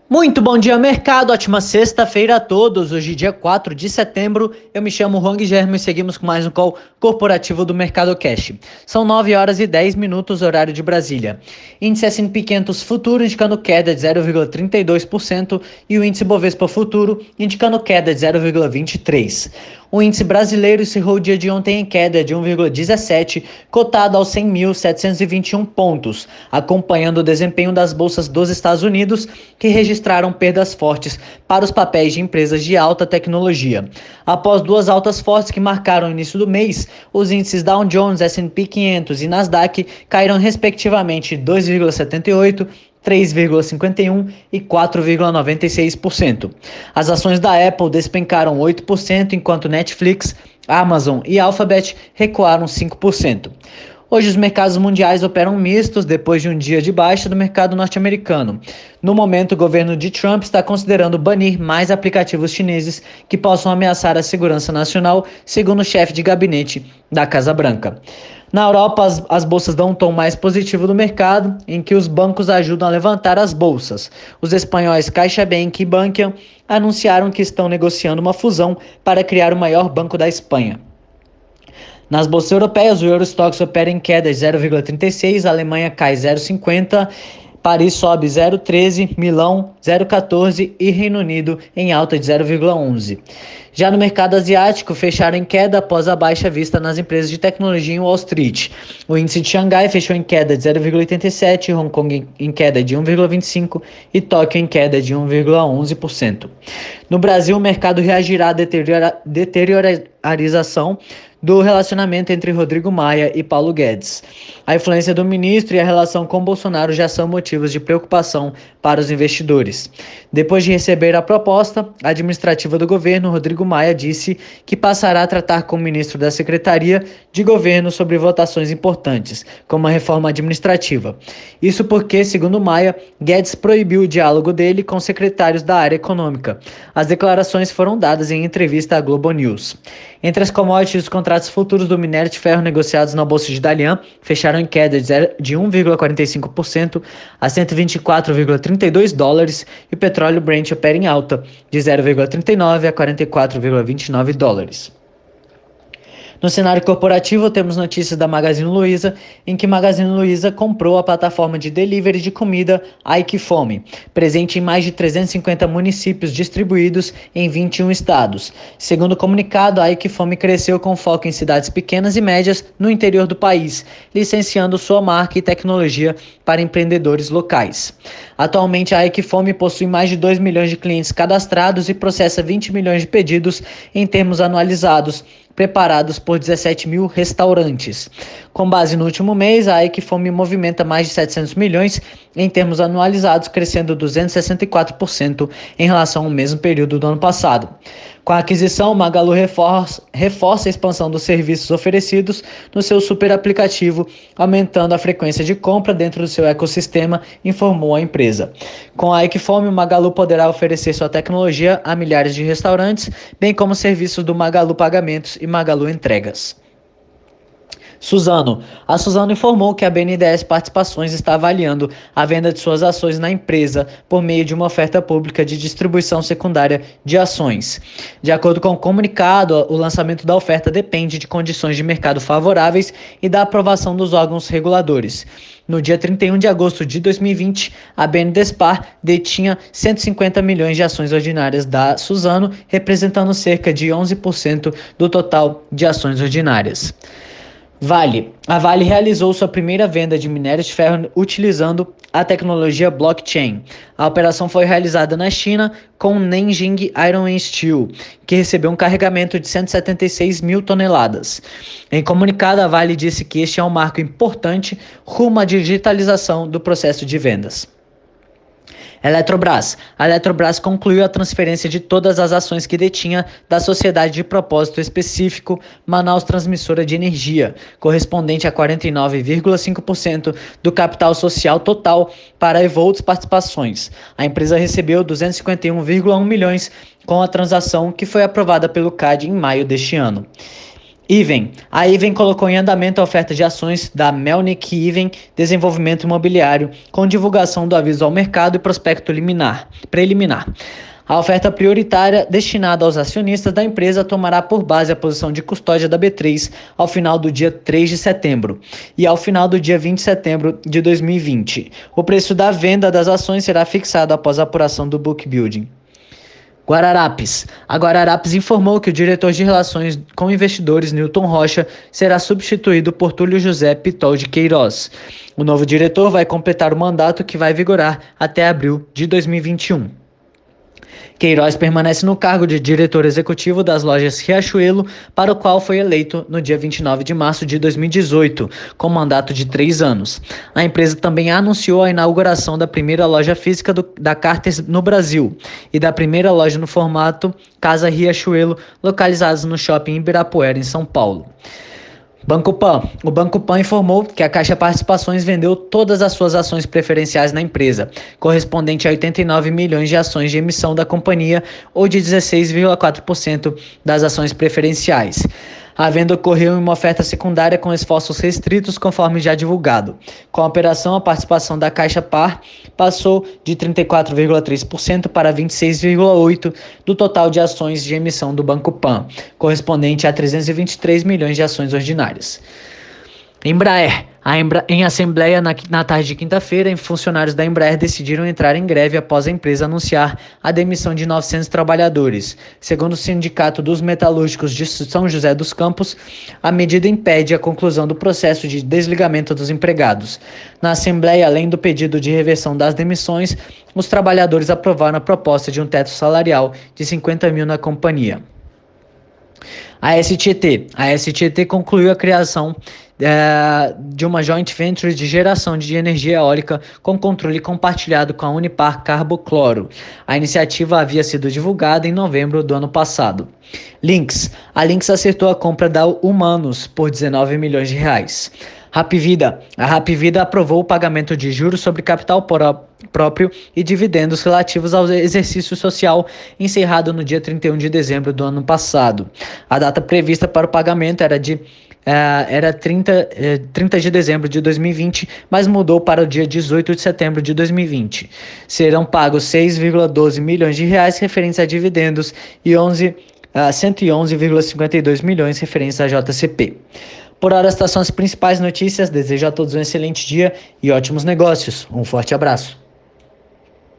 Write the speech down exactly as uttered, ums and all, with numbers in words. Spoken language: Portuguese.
Muito bom dia, mercado. Ótima sexta-feira a todos. Hoje, dia quatro de setembro. Eu me chamo Juan Guilherme e seguimos com mais um call corporativo do Mercado Cash. São nove horas e dez minutos, horário de Brasília. Índice S and P quinhentos Futuro indicando queda de zero vírgula trinta e dois por cento e o índice Bovespa Futuro indicando queda de zero vírgula vinte e três por cento. O índice brasileiro encerrou o dia de ontem em queda de um vírgula dezessete por cento, cotado aos cem mil setecentos e vinte e um pontos, acompanhando o desempenho das bolsas dos Estados Unidos, que registraram perdas fortes para os papéis de empresas de alta tecnologia. Após duas altas fortes que marcaram o início do mês, os índices Dow Jones, S and P quinhentos e Nasdaq caíram respectivamente dois vírgula setenta e oito por cento, três vírgula cinquenta e um por cento e quatro vírgula noventa e seis por cento. As ações da Apple despencaram oito por cento, enquanto Netflix, Amazon e Alphabet recuaram cinco por cento. Hoje os mercados mundiais operam mistos depois de um dia de baixa do mercado norte-americano. No momento, o governo de Trump está considerando banir mais aplicativos chineses que possam ameaçar a segurança nacional, segundo o chefe de gabinete da Casa Branca. Na Europa, as, as bolsas dão um tom mais positivo do mercado, em que os bancos ajudam a levantar as bolsas. Os espanhóis CaixaBank e Bankia anunciaram que estão negociando uma fusão para criar o maior banco da Espanha. Nas bolsas europeias, o Eurostoxx opera em queda de zero vírgula trinta e seis, a Alemanha cai zero vírgula cinquenta, Paris sobe zero vírgula treze, Milão zero vírgula quatorze e Reino Unido em alta de zero vírgula onze. Já no mercado asiático, fecharam em queda após a baixa vista nas empresas de tecnologia em Wall Street. O índice de Xangai fechou em queda de zero vírgula oitenta e sete, Hong Kong em queda de um vírgula vinte e cinco e Tóquio em queda de um vírgula onze por cento. No Brasil, o mercado reagirá à deteriora- deteriorização do relacionamento entre Rodrigo Maia e Paulo Guedes. A influência do ministro e a relação com Bolsonaro já são motivos de preocupação para os investidores. Depois de receber a proposta administrativa do governo, Rodrigo Maia disse que passará a tratar com o ministro da Secretaria de Governo sobre votações importantes, como a reforma administrativa. Isso porque, segundo Maia, Guedes proibiu o diálogo dele com secretários da área econômica. As declarações foram dadas em entrevista à Globo News. Entre as commodities, os contratos futuros do minério de ferro negociados na Bolsa de Dalian fecharam em queda de um vírgula quarenta e cinco por cento a cento e vinte e quatro vírgula trinta e dois dólares e o petróleo Brent opera em alta de zero vírgula trinta e nove a quarenta e quatro vírgula vinte e nove dólares. No cenário corporativo, temos notícias da Magazine Luiza, em que Magazine Luiza comprou a plataforma de delivery de comida Aikifome, presente em mais de trezentos e cinquenta municípios distribuídos em vinte e um estados. Segundo o comunicado, a Aikifome cresceu com foco em cidades pequenas e médias no interior do país, licenciando sua marca e tecnologia para empreendedores locais. Atualmente, a Aikifome possui mais de dois milhões de clientes cadastrados e processa vinte milhões de pedidos em termos anualizados, preparados por dezessete mil restaurantes. Com base no último mês, a Aikifome movimenta mais de setecentos milhões em termos anualizados, crescendo duzentos e sessenta e quatro por cento em relação ao mesmo período do ano passado. Com a aquisição, o Magalu reforça, reforça a expansão dos serviços oferecidos no seu super aplicativo, aumentando a frequência de compra dentro do seu ecossistema, informou a empresa. Com a Aikifome, o Magalu poderá oferecer sua tecnologia a milhares de restaurantes, bem como serviços do Magalu Pagamentos e Magalu Entregas. Suzano. A Suzano informou que a B N D E S Participações está avaliando a venda de suas ações na empresa por meio de uma oferta pública de distribuição secundária de ações. De acordo com o comunicado, o lançamento da oferta depende de condições de mercado favoráveis e da aprovação dos órgãos reguladores. No dia trinta e um de agosto de dois mil e vinte, a BNDESPAR detinha cento e cinquenta milhões de ações ordinárias da Suzano, representando cerca de onze por cento do total de ações ordinárias. Vale. A Vale realizou sua primeira venda de minério de ferro utilizando a tecnologia blockchain. A operação foi realizada na China com o Nanjing Iron and Steel, que recebeu um carregamento de cento e setenta e seis mil toneladas. Em comunicado, a Vale disse que este é um marco importante rumo à digitalização do processo de vendas. Eletrobras. A Eletrobras concluiu a transferência de todas as ações que detinha da Sociedade de Propósito Específico Manaus Transmissora de Energia, correspondente a quarenta e nove vírgula cinco por cento do capital social total para Evolts Participações. A empresa recebeu duzentos e cinquenta e um vírgula um milhões com a transação que foi aprovada pelo C A D em maio deste ano. Iven. A Iven colocou em andamento a oferta de ações da Melnick Iven Desenvolvimento Imobiliário, com divulgação do aviso ao mercado e prospecto liminar, preliminar. A oferta prioritária destinada aos acionistas da empresa tomará por base a posição de custódia da B três ao final do dia três de setembro e ao final do dia vinte de setembro de dois mil e vinte. O preço da venda das ações será fixado após a apuração do book building. Guararapes. A Guararapes informou que o diretor de relações com investidores, Newton Rocha, será substituído por Túlio José Pitol de Queiroz. O novo diretor vai completar o mandato que vai vigorar até abril de dois mil e vinte e um. Queiroz permanece no cargo de diretor executivo das lojas Riachuelo, para o qual foi eleito no dia vinte e nove de março de dois mil e dezoito, com mandato de três anos. A empresa também anunciou a inauguração da primeira loja física do, da Carter no Brasil e da primeira loja no formato Casa Riachuelo, localizadas no shopping Ibirapuera, em São Paulo. Banco Pan. O Banco Pan informou que a Caixa Participações vendeu todas as suas ações preferenciais na empresa, correspondente a oitenta e nove milhões de ações de emissão da companhia, ou de dezesseis vírgula quatro por cento das ações preferenciais. A venda ocorreu em uma oferta secundária com esforços restritos, conforme já divulgado. Com a operação, a participação da Caixa Par passou de trinta e quatro vírgula três por cento para vinte e seis vírgula oito por cento do total de ações de emissão do Banco Pan, correspondente a trezentos e vinte e três milhões de ações ordinárias. Embraer. A Embra... Em assembleia na, na tarde de quinta-feira, funcionários da Embraer decidiram entrar em greve após a empresa anunciar a demissão de novecentos trabalhadores. Segundo o Sindicato dos Metalúrgicos de São José dos Campos, a medida impede a conclusão do processo de desligamento dos empregados. Na assembleia, além do pedido de reversão das demissões, os trabalhadores aprovaram a proposta de um teto salarial de cinquenta mil na companhia. A S T T. A S T T concluiu a criação é, de uma joint venture de geração de energia eólica com controle compartilhado com a Unipar Carbocloro. A iniciativa havia sido divulgada em novembro do ano passado. Lynx. A Lynx acertou a compra da Humanos por dezenove milhões de reais. Rapvida. A Rapvida aprovou o pagamento de juros sobre capital próprio e dividendos relativos ao exercício social encerrado no dia trinta e um de dezembro do ano passado. A data prevista para o pagamento era de Uh, era trinta, uh, trinta de dezembro de dois mil e vinte, mas mudou para o dia dezoito de setembro de dois mil e vinte. Serão pagos seis vírgula doze milhões de reais referentes a dividendos e onze, uh, cento e onze vírgula cinquenta e dois milhões referentes a J C P. Por hora, estas são as principais notícias. Desejo a todos um excelente dia e ótimos negócios. Um forte abraço.